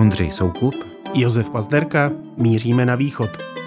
Ondřej Soukup, Josef Pazderka, míříme na východ.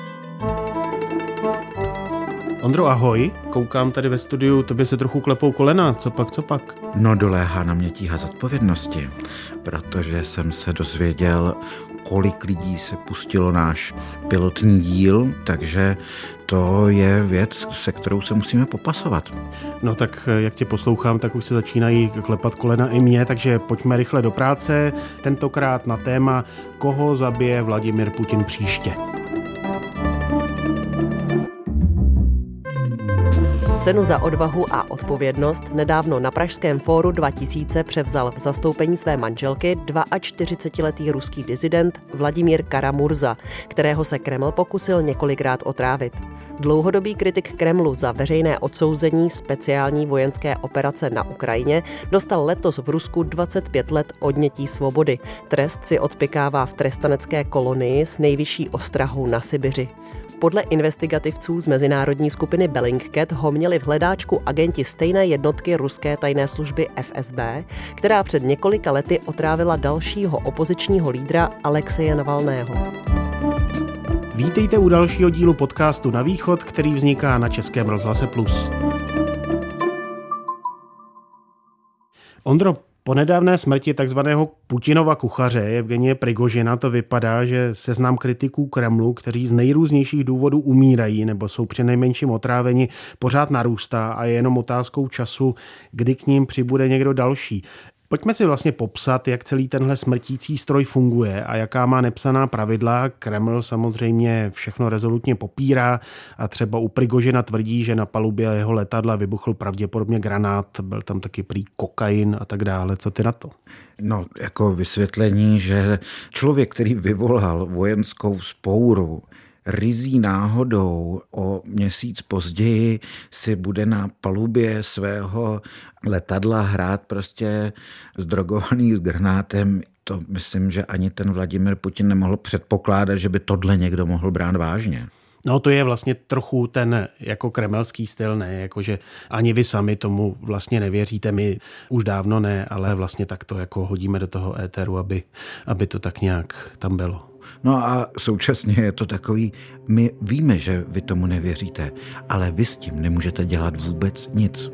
Ondro, ahoj, koukám tady ve studiu, tobě se trochu klepou kolena, co pak? No, doléhá na mě tíha zodpovědnosti, protože jsem se dozvěděl, kolik lidí se pustilo náš pilotní díl, takže to je věc, se kterou se musíme popasovat. No tak jak tě poslouchám, tak už se začínají klepat kolena i mě, takže pojďme rychle do práce, tentokrát na téma, koho zabije Vladimir Putin příště. Cenu za odvahu a odpovědnost nedávno na Pražském fóru 2000 převzal v zastoupení své manželky 42letý ruský disident Vladimír Kara-Murza, kterého se Kreml pokusil několikrát otrávit. Dlouhodobý kritik Kremlu za veřejné odsouzení speciální vojenské operace na Ukrajině dostal letos v Rusku 25 let odnětí svobody. Trest si odpykává v trestanecké kolonii s nejvyšší ostrahou na Sibiři. Podle investigativců z mezinárodní skupiny Bellingcat ho měli v hledáčku agenti stejné jednotky ruské tajné služby FSB, která před několika lety otrávila dalšího opozičního lídra Alexeje Navalného. Vítejte u dalšího dílu podcastu Na východ, který vzniká na Českém rozhlase Plus. Ondro, po nedávné smrti takzvaného Putinova kuchaře Jevgenije Prigožina to vypadá, že seznam kritiků Kremlu, kteří z nejrůznějších důvodů umírají nebo jsou přinejmenším otráveni, pořád narůstá a je jenom otázkou času, kdy k ním přibude někdo další. Pojďme si vlastně popsat, jak celý tenhle smrtící stroj funguje a jaká má nepsaná pravidla. Kreml samozřejmě všechno rezolutně popírá a třeba u Prigožina tvrdí, že na palubě jeho letadla vybuchl pravděpodobně granát, byl tam taky prý kokain a tak dále. Co ty na to? No, jako vysvětlení, že člověk, který vyvolal vojenskou vzpouru, rizí náhodou o měsíc později si bude na palubě svého letadla hrát prostě zdrogovaný s granátem. To myslím, že ani ten Vladimir Putin nemohl předpokládat, že by tohle někdo mohl brát vážně. No to je vlastně trochu ten jako kremelský styl, ne, jakože ani vy sami tomu vlastně nevěříte, my už dávno ne, ale vlastně tak to jako hodíme do toho éteru, aby to tak nějak tam bylo. No a současně je to takový, my víme, že vy tomu nevěříte, ale vy s tím nemůžete dělat vůbec nic.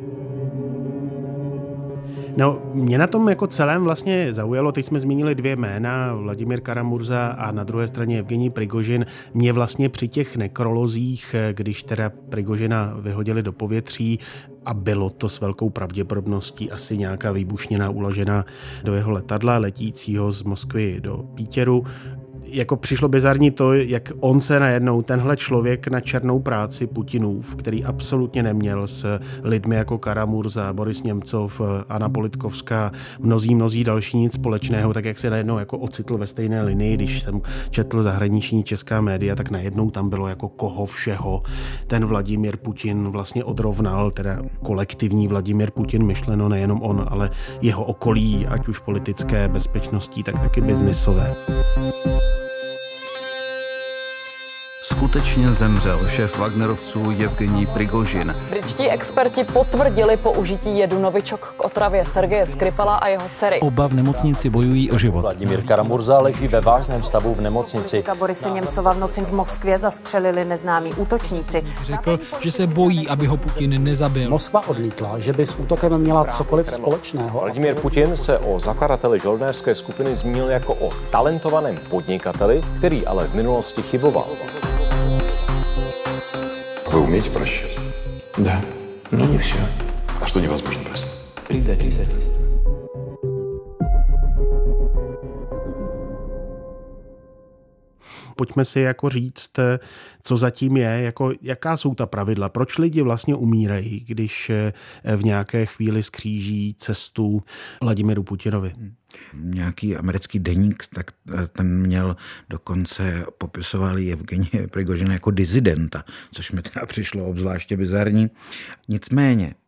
No, mě na tom jako celém vlastně zaujalo, teď jsme zmínili dvě jména, Vladimír Kara-Murza a na druhé straně Jevgenij Prigožin. Mě vlastně při těch nekrolozích, když teda Prigožina vyhodili do povětří a bylo to s velkou pravděpodobností asi nějaká výbušnina uložená do jeho letadla letícího z Moskvy do Pítěru, jako přišlo bizarní to, jak on se najednou, tenhle člověk na černou práci Putinův, který absolutně neměl s lidmi jako Kara-Murza, Boris Němcov, Anna Politkovská, mnozí další nic společného, tak jak se najednou jako ocitl ve stejné linii, když jsem četl zahraniční česká média, tak najednou tam bylo jako koho všeho ten Vladimír Putin vlastně odrovnal, teda kolektivní Vladimír Putin, myšleno nejenom on, ale jeho okolí, ať už politické, bezpečností, tak taky biznisové. Skutečně zemřel šéf Wagnerovců Jevgenij Prigožin. Britští experti potvrdili použití jedu Novičok k otravě Sergeje Skripala a jeho dcery. Oba v nemocnici bojují o život. Vladimír Kara-Murza leží ve vážném stavu v nemocnici. Borise Němcova v noci v Moskvě zastřelili neznámí útočníci. Řekl, že se bojí, aby ho Putin nezabil. Moskva odmítla, že by s útokem měla cokoliv společného. Vladimír Putin se o zakladateli žoldnéřské skupiny zmínil jako o talentovaném podnikateli, který ale v minulosti chyboval. Вы умеете прощать? Да, но не все. А что невозможно простить? Предательство. Pojďme si jako říct, co zatím je, jako jaká jsou ta pravidla, proč lidi vlastně umírají, když v nějaké chvíli skříží cestu Vladimiru Putinovi. Nějaký americký deník, tak ten měl dokonce, popisoval Jevgenije Prigožina jako disidenta, což mi teda přišlo obzvláště bizarní. Nicméně,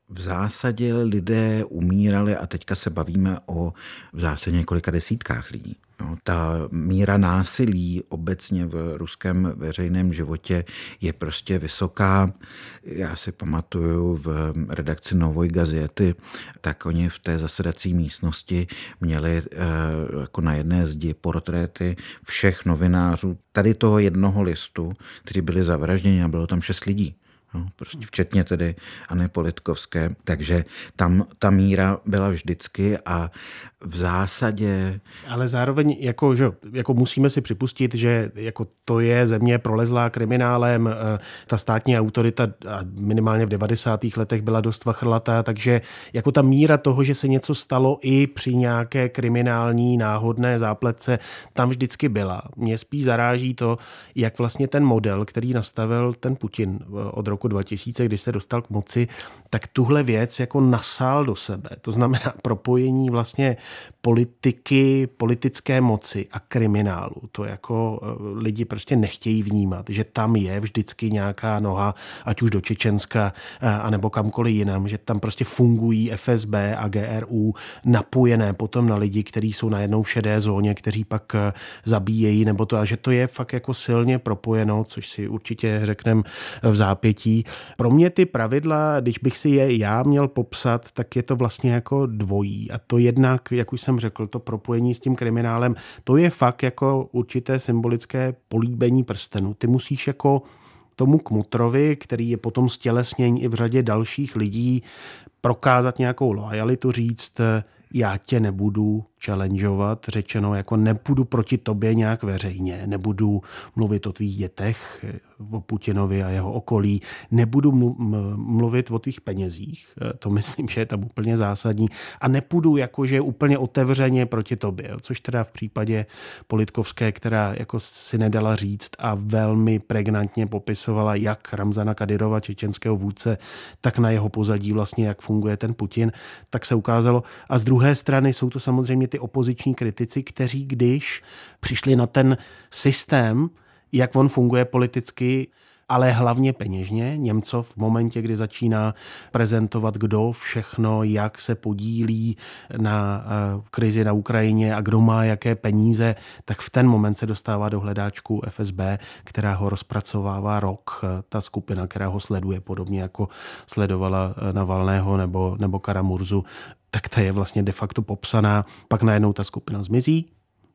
v zásadě lidé umírali a teďka se bavíme o v zásadě několika desítkách lidí. No, ta míra násilí obecně v ruském veřejném životě je prostě vysoká. Já si pamatuju v redakci Novoj gazety, tak oni v té zasedací místnosti měli jako na jedné zdi portréty všech novinářů tady toho jednoho listu, kteří byli zavražděni a bylo tam 6 lidí. No, prostě včetně tedy Anny Politkovské. Takže tam ta míra byla vždycky a v zásadě... Ale zároveň jako musíme si připustit, že jako to je země prolezlá kriminálem, ta státní autorita minimálně v 90. letech byla dost vachrlatá, takže jako ta míra toho, že se něco stalo i při nějaké kriminální náhodné zápletce, tam vždycky byla. Mě spíš zaráží to, jak vlastně ten model, který nastavil ten Putin od roku 2000, když se dostal k moci, tak tuhle věc jako nasál do sebe. To znamená propojení vlastně politiky, politické moci a kriminálu. To jako lidi prostě nechtějí vnímat, že tam je vždycky nějaká noha, ať už do Čečenska, anebo kamkoliv jinam, že tam prostě fungují FSB a GRU napojené potom na lidi, kteří jsou najednou v šedé zóně, kteří pak zabíjejí, nebo to, a že to je fakt jako silně propojeno, což si určitě řekneme v zápětí. Pro mě ty pravidla, když bych si je já měl popsat, tak je to vlastně jako dvojí. A to jednak, jak už jsem řekl, to propojení s tím kriminálem, to je fakt jako určité symbolické políbení prstenu. Ty musíš jako tomu kmutrovi, který je potom stělesnění i v řadě dalších lidí, prokázat nějakou lojalitu, říct, já tě nebudu challengeovat, řečeno jako nebudu proti tobě nějak veřejně, nebudu mluvit o tvých dětech, o Putinovi a jeho okolí, nebudu mluvit o tvých penězích, to myslím, že je tam úplně zásadní, a nepůjdu jakože úplně otevřeně proti tobě, což teda v případě Politkovské, která jako si nedala říct a velmi pregnantně popisovala jak Ramzana Kadyrova, čečenského vůdce, tak na jeho pozadí vlastně, jak funguje ten Putin, tak se ukázalo. A z druhé strany jsou to samozřejmě ty opoziční kritici, kteří když přišli na ten systém, jak on funguje politicky, ale hlavně peněžně. Němcov v momentě, kdy začíná prezentovat, kdo všechno, jak se podílí na krizi na Ukrajině a kdo má jaké peníze, tak v ten moment se dostává do hledáčku FSB, která ho rozpracovává rok. Ta skupina, která ho sleduje, podobně jako sledovala Navalného nebo Karamurzu, tak ta je vlastně de facto popsaná. Pak najednou ta skupina zmizí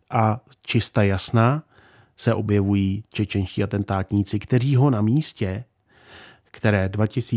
a čista jasná se objevují čečenští atentátníci, kteří ho na místě, které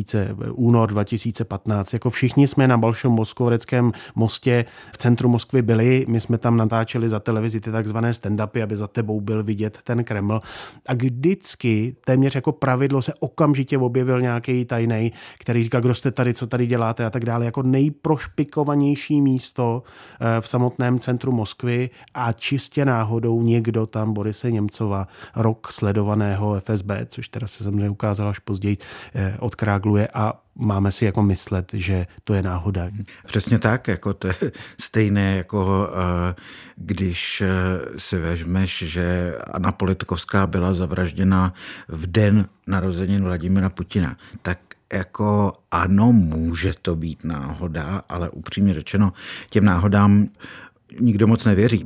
únor 2015, jako všichni jsme na Balšom Moskvoreckém mostě v centru Moskvy byli, my jsme tam natáčeli za televizi ty takzvané stand-upy, aby za tebou byl vidět ten Kreml. A vždycky téměř jako pravidlo se okamžitě objevil nějaký tajnej, který říká, kdo jste tady, co tady děláte a tak dále, jako nejprošpikovanější místo v samotném centru Moskvy a čistě náhodou někdo tam, Borise Němcova, rok sledovaného FSB, což teda se samozřejmě ukázalo až později, odkrágluje a máme si jako myslet, že to je náhoda. Přesně tak, jako to je stejné, jako když si vezmeš, že Anna Politkovská byla zavražděna v den narozenin Vladimira Putina, tak jako ano, může to být náhoda, ale upřímně řečeno, těm náhodám nikdo moc nevěří.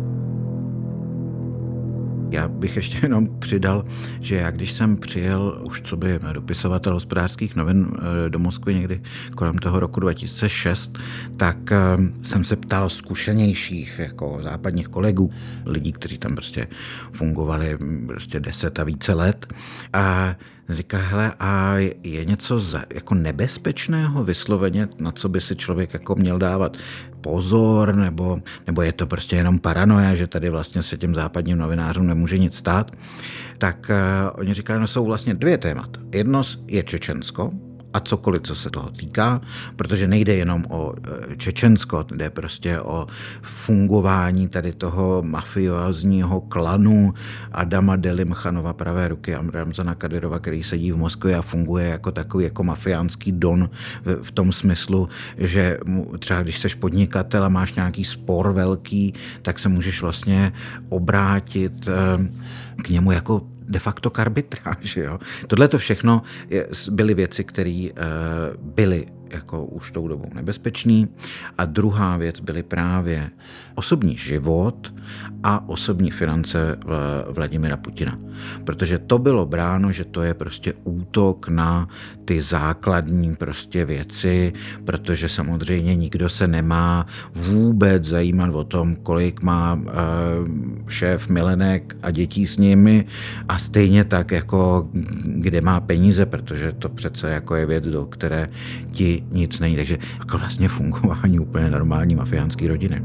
Já bych ještě jenom přidal, že já když jsem přijel už coby dopisovatel Hospodářských novin do Moskvy někdy kolem toho roku 2006, tak jsem se ptal zkušenějších jako západních kolegů, lidí, kteří tam prostě fungovali prostě 10 a více let, a říká, hele, a je něco jako nebezpečného vysloveně, na co by si člověk jako měl dávat pozor, nebo je to prostě jenom paranoja, že tady vlastně se těm západním novinářům nemůže nic stát, tak oni říkají, no jsou vlastně 2 témata. Jedno je Čečensko a cokoliv, co se toho týká, protože nejde jenom o Čečensko, jde prostě o fungování tady toho mafiózního klanu Adama Delimchanova, pravé ruky Ramzana Kadyrova, který sedí v Moskvě a funguje jako takový jako mafiánský don v tom smyslu, že třeba když seš podnikatel a máš nějaký spor velký, tak se můžeš vlastně obrátit k němu jako de facto k arbitráži. Tohle to všechno byly věci, které byly jako už tou dobou nebezpečný. A druhá věc byly právě osobní život a osobní finance Vladimira Putina. Protože to bylo bráno, že to je prostě útok na ty základní prostě věci, protože samozřejmě nikdo se nemá vůbec zajímat o tom, kolik má šéf milenek a dětí s nimi a stejně tak jako kde má peníze, protože to přece jako je věc, do které ti nic není. Takže jako vlastně fungování úplně normální mafiánský rodiny.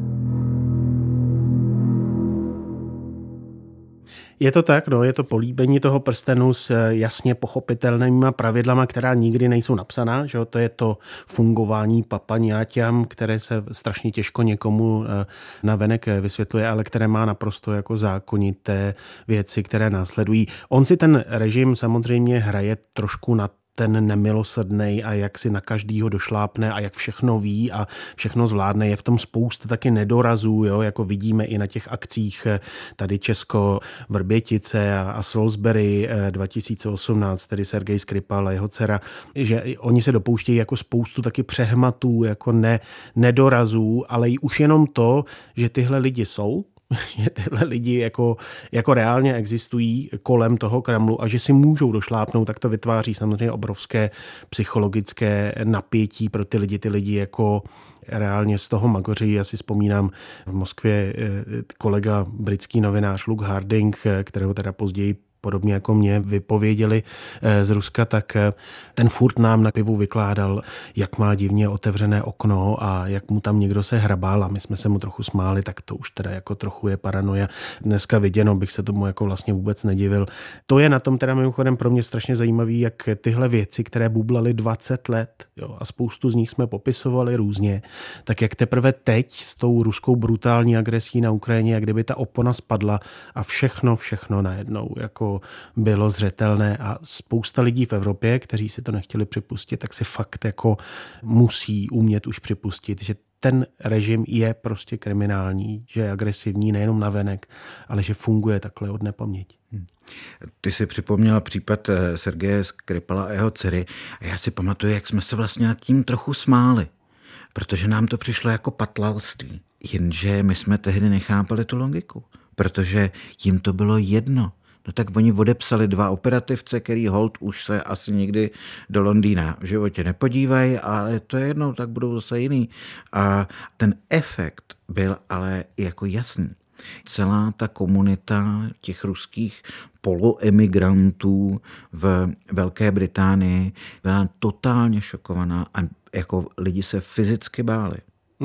Je to tak, no, je to políbení toho prstenu s jasně pochopitelnýma pravidlama, která nikdy nejsou napsaná, že jo? To je to fungování papaňáťam, které se strašně těžko někomu navenek vysvětluje, ale které má naprosto jako zákonité věci, které následují. On si ten režim samozřejmě hraje trošku na ten nemilosrdnej a jak si na každýho došlápne a jak všechno ví a všechno zvládne. Je v tom spousta taky nedorazů, jo? Jako vidíme i na těch akcích tady Česko-Vrbětice a Salisbury 2018, tedy Sergej Skripal a jeho dcera, že oni se dopouštějí jako spoustu taky přehmatů, jako nedorazů, ale i už jenom to, že tyhle lidi jsou, že tyhle lidi jako reálně existují kolem toho Kremlu a že si můžou došlápnout, tak to vytváří samozřejmě obrovské psychologické napětí pro ty lidi jako reálně z toho magoří. Já si vzpomínám v Moskvě kolega britský novinář Luke Harding, kterého teda později podobně jako mě vypověděli z Ruska, tak ten furt nám na pivu vykládal, jak má divně otevřené okno a jak mu tam někdo se hrabal a my jsme se mu trochu smáli, tak to už teda jako trochu je paranoja. Dneska viděno, bych se tomu jako vlastně vůbec nedivil. To je na tom teda mimochodem pro mě strašně zajímavý, jak tyhle věci, které bublaly 20 let, jo, a spoustu z nich jsme popisovali různě, tak jak teprve teď s tou ruskou brutální agresí na Ukrajině, jak kdyby ta opona spadla a všechno najednou jako bylo zřetelné a spousta lidí v Evropě, kteří si to nechtěli připustit, tak si fakt jako musí umět už připustit, že ten režim je prostě kriminální, že je agresivní nejenom navenek, ale že funguje takhle od nepaměti. Ty si připomněla případ Sergeje Skripala a jeho dcery a já si pamatuju, jak jsme se vlastně nad tím trochu smáli, protože nám to přišlo jako patlalství. Jenže my jsme tehdy nechápali tu logiku, protože jim to bylo jedno. No tak oni odepsali 2 operativce, který hold už se asi nikdy do Londýna v životě nepodívají, ale to je jedno, tak budou zase jiný. A ten efekt byl ale jako jasný. Celá ta komunita těch ruských poloemigrantů v Velké Británii byla totálně šokovaná a jako lidi se fyzicky báli.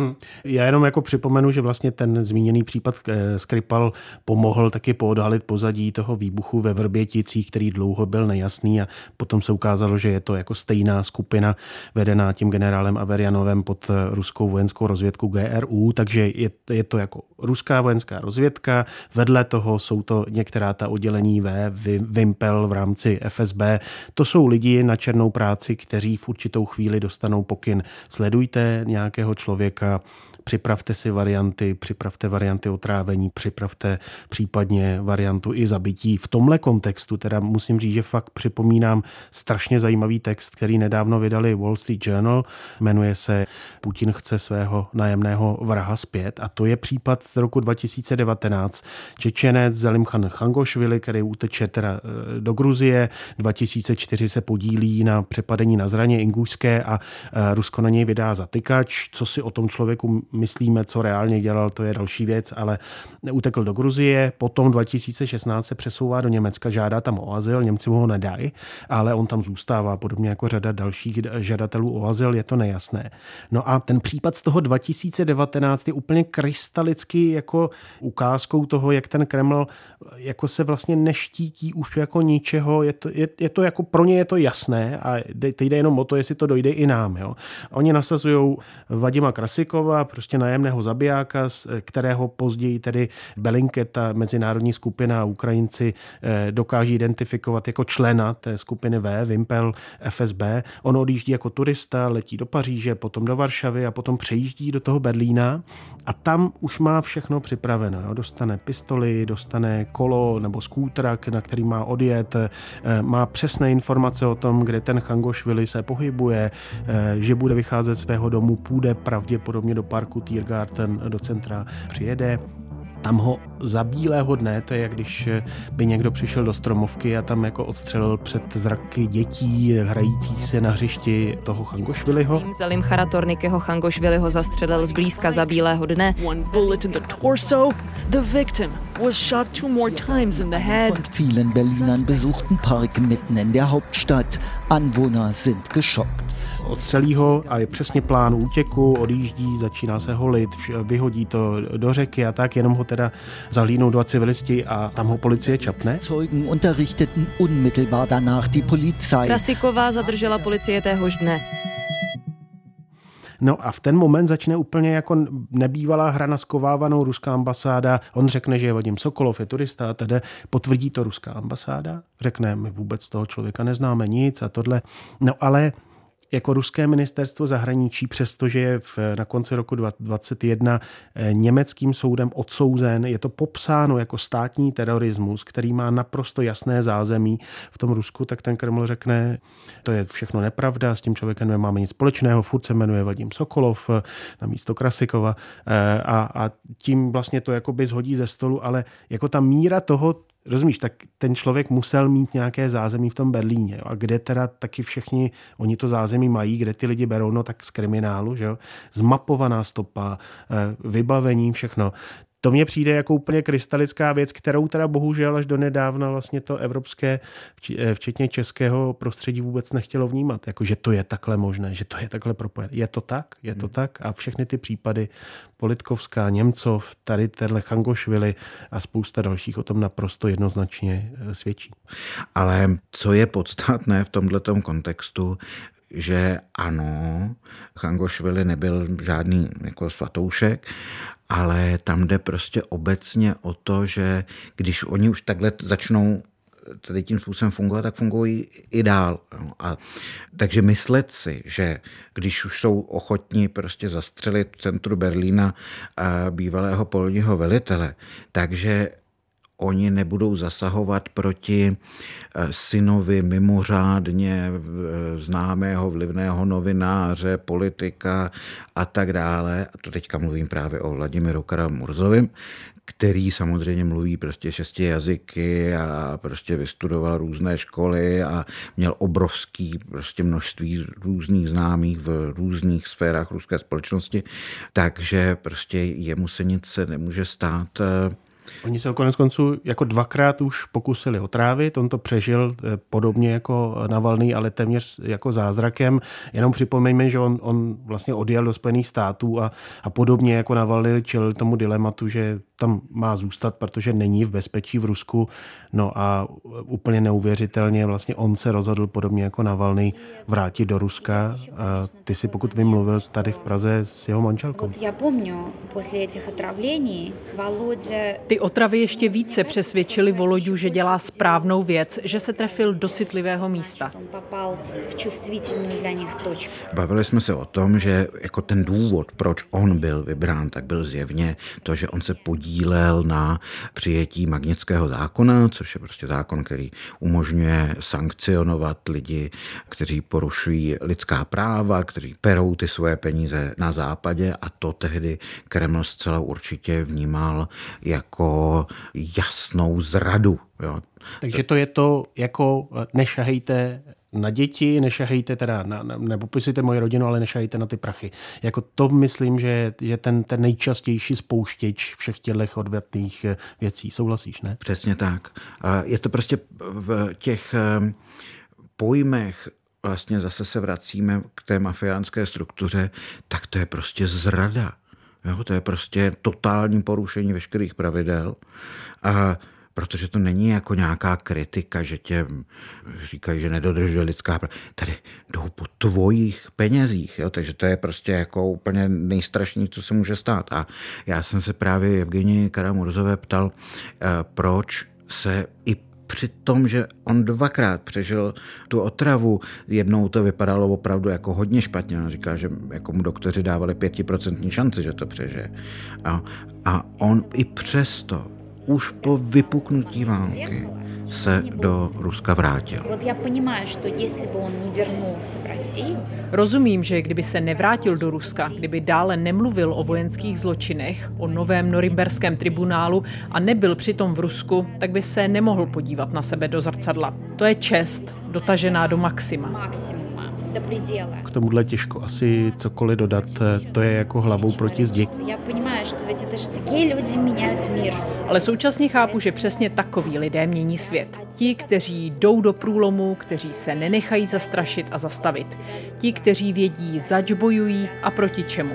Já jenom jako připomenu, že vlastně ten zmíněný případ Skripal pomohl taky poodhalit pozadí toho výbuchu ve Vrběticích, který dlouho byl nejasný a potom se ukázalo, že je to jako stejná skupina vedená tím generálem Averianovem pod ruskou vojenskou rozvědku GRU, takže je to jako ruská vojenská rozvědka, vedle toho jsou to některá ta oddělení Vimpel v rámci FSB. To jsou lidi na černou práci, kteří v určitou chvíli dostanou pokyn. Sledujte nějakého člověka, připravte si varianty, připravte varianty otrávení, připravte případně variantu i zabití. V tomhle kontextu teda musím říct, že fakt připomínám strašně zajímavý text, který nedávno vydali Wall Street Journal. Jmenuje se Putin chce svého nájemného vraha zpět a to je případ z roku 2019. Čečenec Zelimkhan Changošvili, který uteče teda do Gruzie, 2004 se podílí na přepadení na Zraně Ingušské a Rusko na něj vydá zatykač. Co si o tom člověku myslíme, co reálně dělal, to je další věc, ale utekl do Gruzie, potom 2016 se přesouvá do Německa, žádá tam o azyl, Němci mu ho nedají, ale on tam zůstává, podobně jako řada dalších žadatelů o azyl, je to nejasné. No a ten případ z toho 2019 je úplně krystalicky jako ukázkou toho, jak ten Kreml jako se vlastně neštítí už jako ničeho, je to jako pro ně je to jasné a teď jde jenom o to, jestli to dojde i nám. Jo. Oni nasazujou Vadima Krasikova, prostě prostě nájemného zabijáka, kterého později tedy Bellingcat, ta mezinárodní skupina, Ukrajinci dokáží identifikovat jako člena té skupiny Vimpel FSB. On odjíždí jako turista, letí do Paříže, potom do Varšavy a potom přejíždí do toho Berlína a tam už má všechno připraveno. Jo. Dostane pistoli, dostane kolo nebo skútra, na který má odjet, má přesné informace o tom, kde ten Changošvili se pohybuje, že bude vycházet z svého domu, půjde pravděpodobně do parku Tiergarten, do centra, přijede. Tam ho za bílého dne, to je jak když by někdo přišel do stromovky a tam jako odstřelil před zraky dětí hrajících se na hřišti toho Changošviliho. Zalim Charatornikyho Changošviliho zastřelil zblízka za bílého dne. One bullet in the torso. The victim was shot 2 more times in the head. Von vielen Berlinern besuchten Park mitten in der Hauptstadt. Anwohner sind geschockt. Odstřelí ho a je přesně plán útěku, odjíždí, začíná se holit, vyhodí to do řeky a tak, jenom ho teda zahlídnou 2 civilisti a tam ho policie čapne. Zeugen unterrichteten unmittelbar danach die Polizei. Krasiková zadržela policie téhož dne. No a v ten moment začne úplně jako nebývalá hra na skovávanou ruská ambasáda. On řekne, že je Vadim Sokolov, je turista a tedy potvrdí to ruská ambasáda. Řekne, my vůbec toho člověka neznáme nic a tohle. No ale jako ruské ministerstvo zahraničí, přestože je na konci roku 2021 německým soudem odsouzen, je to popsáno jako státní terorismus, který má naprosto jasné zázemí v tom Rusku, tak ten Kreml řekne, to je všechno nepravda, s tím člověkem nemáme nic společného, furt se jmenuje Vadim Sokolov na místo Krasikova a tím vlastně to jakoby zhodí ze stolu, ale jako ta míra toho, rozumíš, tak ten člověk musel mít nějaké zázemí v tom Berlíně. Jo? A kde teda taky všichni, oni to zázemí mají, kde ty lidi berou, no tak z kriminálu, že jo? Zmapovaná stopa, vybavení, všechno. To mně přijde jako úplně krystalická věc, kterou teda bohužel až do nedávna vlastně to evropské, včetně českého prostředí vůbec nechtělo vnímat. Jako, že to je takhle možné, že to je takhle propojené. Je to tak a všechny ty případy Politkovská, Němcov, tady tenhle Changošvili a spousta dalších o tom naprosto jednoznačně svědčí. Ale co je podstatné v tomhletom kontextu, že ano, Changošvili nebyl žádný jako svatoušek, ale tam jde prostě obecně o to, že když oni už takhle začnou tady tím způsobem fungovat, tak fungují i dál. Takže myslet si, že když už jsou ochotní prostě zastřelit v centru Berlína bývalého polního velitele, takže oni nebudou zasahovat proti synovi mimořádně známého vlivného novináře, politika a tak dále. A to teďka mluvím právě o Vladimiru Kara-Murzovim, který samozřejmě mluví prostě 6 jazyky a prostě vystudoval různé školy a měl obrovský prostě množství různých známých v různých sférách ruské společnosti, takže prostě jemu se nic nemůže stát. Oni se konec konců jako 2krát už pokusili otrávit, on to přežil podobně jako Navalný, ale téměř jako zázrakem. Jenom připomeňme, že on vlastně odjel do Spojených států a podobně jako Navalný čelil tomu dilematu, že tam má zůstat, protože není v bezpečí v Rusku. No a úplně neuvěřitelně vlastně on se rozhodl podobně jako Navalný vrátit do Ruska. A ty si, pokud vím, mluvil tady v Praze s jeho manželkou. Ty otravy ještě více přesvědčili Voloďu, že dělá správnou věc, že se trefil do citlivého místa. Bavili jsme se o tom, že jako ten důvod, proč on byl vybrán, tak byl zjevně to, že on se podílel na přijetí Magnitského zákona, což je prostě zákon, který umožňuje sankcionovat lidi, kteří porušují lidská práva, kteří perou ty svoje peníze na západě, a to tehdy Kreml zcela určitě vnímal jako jasnou zradu. Jo. Takže to je to jako nešahejte na děti, nešahejte teda, nepopisujte moji rodinu, ale nešahejte na ty prachy. Jako to myslím, že je ten nejčastější spouštěč všech těchto odvetných věcí. Souhlasíš, ne? Přesně tak. Je to prostě v těch pojmech, vlastně zase se vracíme k té mafiánské struktuře, tak to je prostě zrada. Jo, to je prostě totální porušení veškerých pravidel. A protože to není jako nějaká kritika, že tě říkají, že nedodržuje lidská práva. Tady jdou po tvojich penězích, jo? Takže to je prostě jako úplně nejstrašnější, co se může stát. A já jsem se právě Evgenii Kara-Murzové ptal, proč se i při tom, že on 2krát přežil tu otravu, jednou to vypadalo opravdu jako hodně špatně. On říká, že jako mu doktoři dávali 5% šanci, že to přežije. A on i přesto už po vypuknutí války se do Ruska vrátil. Rozumím, že kdyby se nevrátil do Ruska, kdyby dále nemluvil o vojenských zločinech, o novém norimberském tribunálu a nebyl přitom v Rusku, tak by se nemohl podívat na sebe do zrcadla. To je čest, dotažená do maxima. K tomuhle těžko asi cokoliv dodat, to je jako hlavou proti zdi. Ale současně chápu, že přesně takoví lidé mění svět. Ti, kteří jdou do průlomu, kteří se nenechají zastrašit a zastavit. Ti, kteří vědí, zač bojují a proti čemu.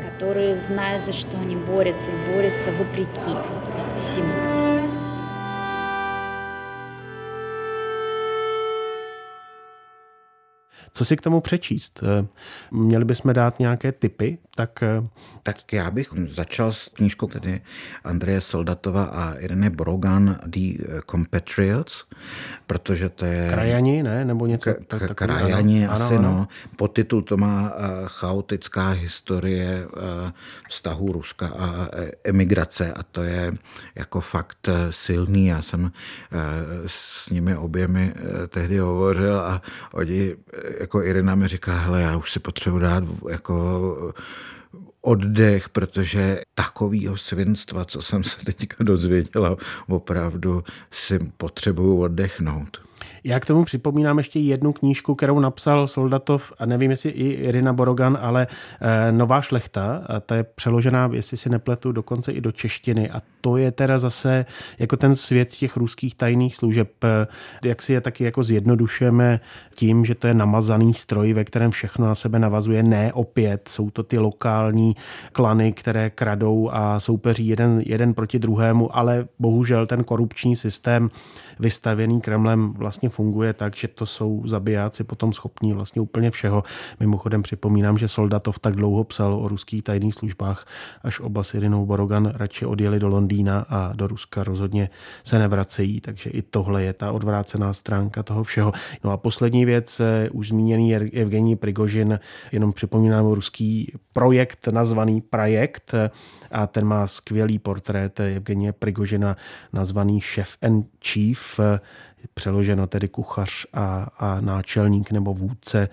Co si k tomu přečíst? Měli bychom dát nějaké tipy? Tak já bych začal s knížkou tedy Andreje Soldatova a Iriny Borogan The Compatriots, protože to je... Krajani, ne? Nebo něco Krajani, asi, no. Podtitul to má Chaotická historie vztahu Ruska a emigrace a to je jako fakt silný. Já jsem s nimi oběmi tehdy hovořil a oni, jako Irina mi říká, hele, já už si potřebuji dát jako oddech, protože takovýho svinstva, co jsem se teďka dozvěděla, opravdu si potřebuju oddechnout. Já k tomu připomínám ještě jednu knížku, kterou napsal Soldatov, a nevím, jestli i Irina Borogan, ale Nová šlechta, a ta je přeložená, jestli si nepletu, dokonce i do češtiny. A to je teda zase jako ten svět těch ruských tajných služeb. Jak si je taky jako zjednodušujeme tím, že to je namazaný stroj, ve kterém všechno na sebe navazuje. Ne opět, jsou to ty lokální klany, které kradou a soupeří jeden proti druhému, ale bohužel ten korupční systém vystavěný Kremlem vlastně funguje tak, že to jsou zabijáci potom schopní vlastně úplně všeho. Mimochodem připomínám, že Soldatov tak dlouho psal o ruských tajných službách, až oba s Irinou Borogan radši odjeli do Londýna a do Ruska rozhodně se nevracejí, takže i tohle je ta odvrácená stránka toho všeho. No a poslední věc, už zmíněný Evgenij Prigožin, jenom připomínám ruský projekt nazvaný Projekt, a ten má skvělý portrét Evgenije Prigožina nazvaný Chef and Chief, přeloženo tedy kuchař a náčelník nebo vůdce.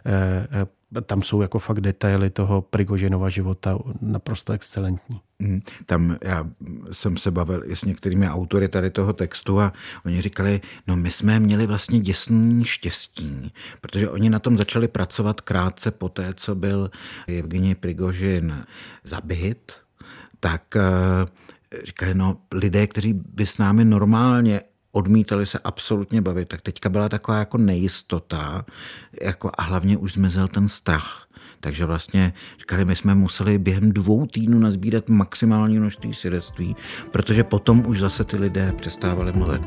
Tam jsou jako fakt detaily toho Prigožinova života naprosto excelentní. Tam já jsem se bavil i s některými autory tady toho textu a oni říkali, no my jsme měli vlastně děsný štěstí, protože oni na tom začali pracovat krátce po té, co byl Evgenij Prigožin zabit, tak říkali, no lidé, kteří by s námi normálně odmítali se absolutně bavit, tak teďka byla taková jako nejistota jako a hlavně už zmizel ten strach. Takže vlastně říkali, my jsme museli během 2 týdnů nazbírat maximální množství svědectví, protože potom už zase ty lidé přestávali mluvit.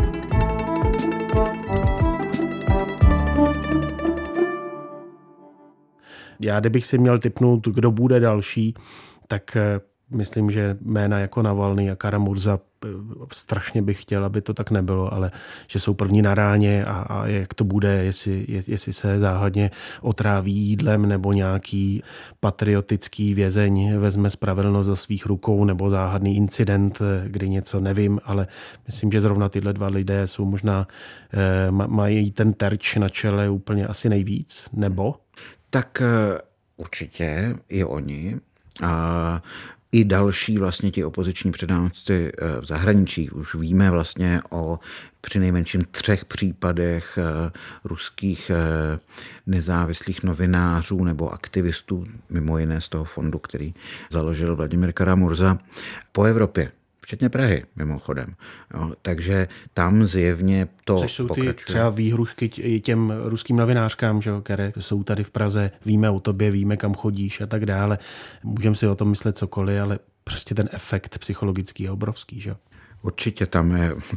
Já, kdybych si měl tipnout, kdo bude další, tak myslím, že jména jako Navalny a Kara-Murza, strašně bych chtěl, aby to tak nebylo, ale že jsou první na ráně a jak to bude, jestli se záhadně otráví jídlem nebo nějaký patriotický vězeň vezme spravedlnost do svých rukou nebo záhadný incident, kdy něco nevím, ale myslím, že zrovna tyhle 2 lidé jsou možná, mají ten terč na čele úplně asi nejvíc, nebo? Tak určitě i oni. A i další vlastně ti opoziční přednášci v zahraničí. Už víme vlastně o přinejmenším 3 případech ruských nezávislých novinářů nebo aktivistů, mimo jiné z toho fondu, který založil Vladimír Kara-Murza, po Evropě. Včetně Prahy, mimochodem. Jo, takže tam zjevně to což jsou pokračuje. Ty třeba výhrušky těm ruským novinářkám, že, které jsou tady v Praze, víme o tobě, víme, kam chodíš a tak dále. Můžeme si o tom myslet cokoliv, ale prostě ten efekt psychologický je obrovský. Že? Určitě tam je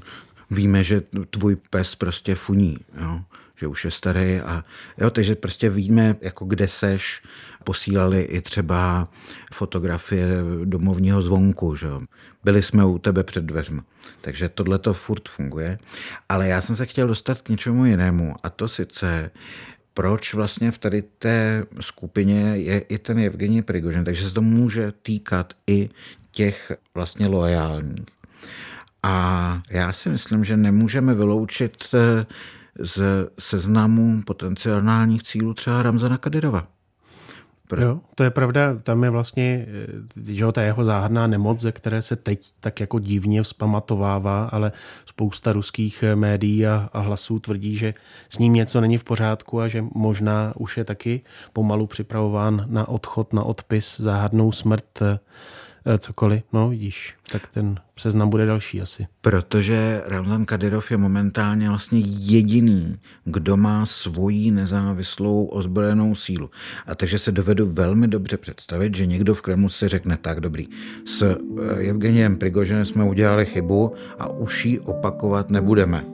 Víme, že tvůj pes prostě funí, jo? Že už je starý a jo, takže prostě víme, jako kde seš. Posílali i třeba fotografie domovního zvonku, že jo. Byli jsme u tebe před dveřma, takže tohle to furt funguje. Ale já jsem se chtěl dostat k něčemu jinému a to sice, proč vlastně v tady té skupině je i ten Jevgenij Prigožin, takže se to může týkat i těch vlastně loajálních. A já si myslím, že nemůžeme vyloučit z seznamu potenciálních cílů třeba Ramzana Kadyrova. Jo, to je pravda, tam je vlastně, že ta jeho záhadná nemoc, ze které se teď tak jako divně vzpamatovává, ale spousta ruských médií a hlasů tvrdí, že s ním něco není v pořádku a že možná už je taky pomalu připravován na odchod, na odpis, záhadnou smrt, cokoliv. No vidíš, tak ten seznam bude další asi. Protože Ramzan Kadyrov je momentálně vlastně jediný, kdo má svoji nezávislou ozbrojenou sílu. A takže se dovedu velmi dobře představit, že někdo v Kremlu si řekne tak dobrý. S Jevgenijem Prigožinem jsme udělali chybu a už ji opakovat nebudeme.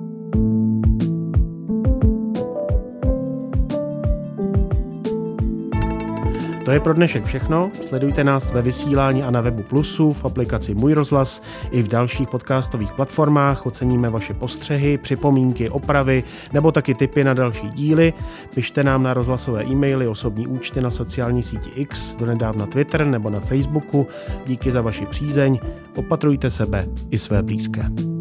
To je pro dnešek všechno. Sledujte nás ve vysílání a na webu Plusu, v aplikaci Můj rozhlas i v dalších podcastových platformách. Oceníme vaše postřehy, připomínky, opravy nebo taky tipy na další díly. Pište nám na rozhlasové e-maily, osobní účty na sociální síti X, donedávna Twitter nebo na Facebooku. Díky za vaši přízeň. Opatrujte sebe i své blízké.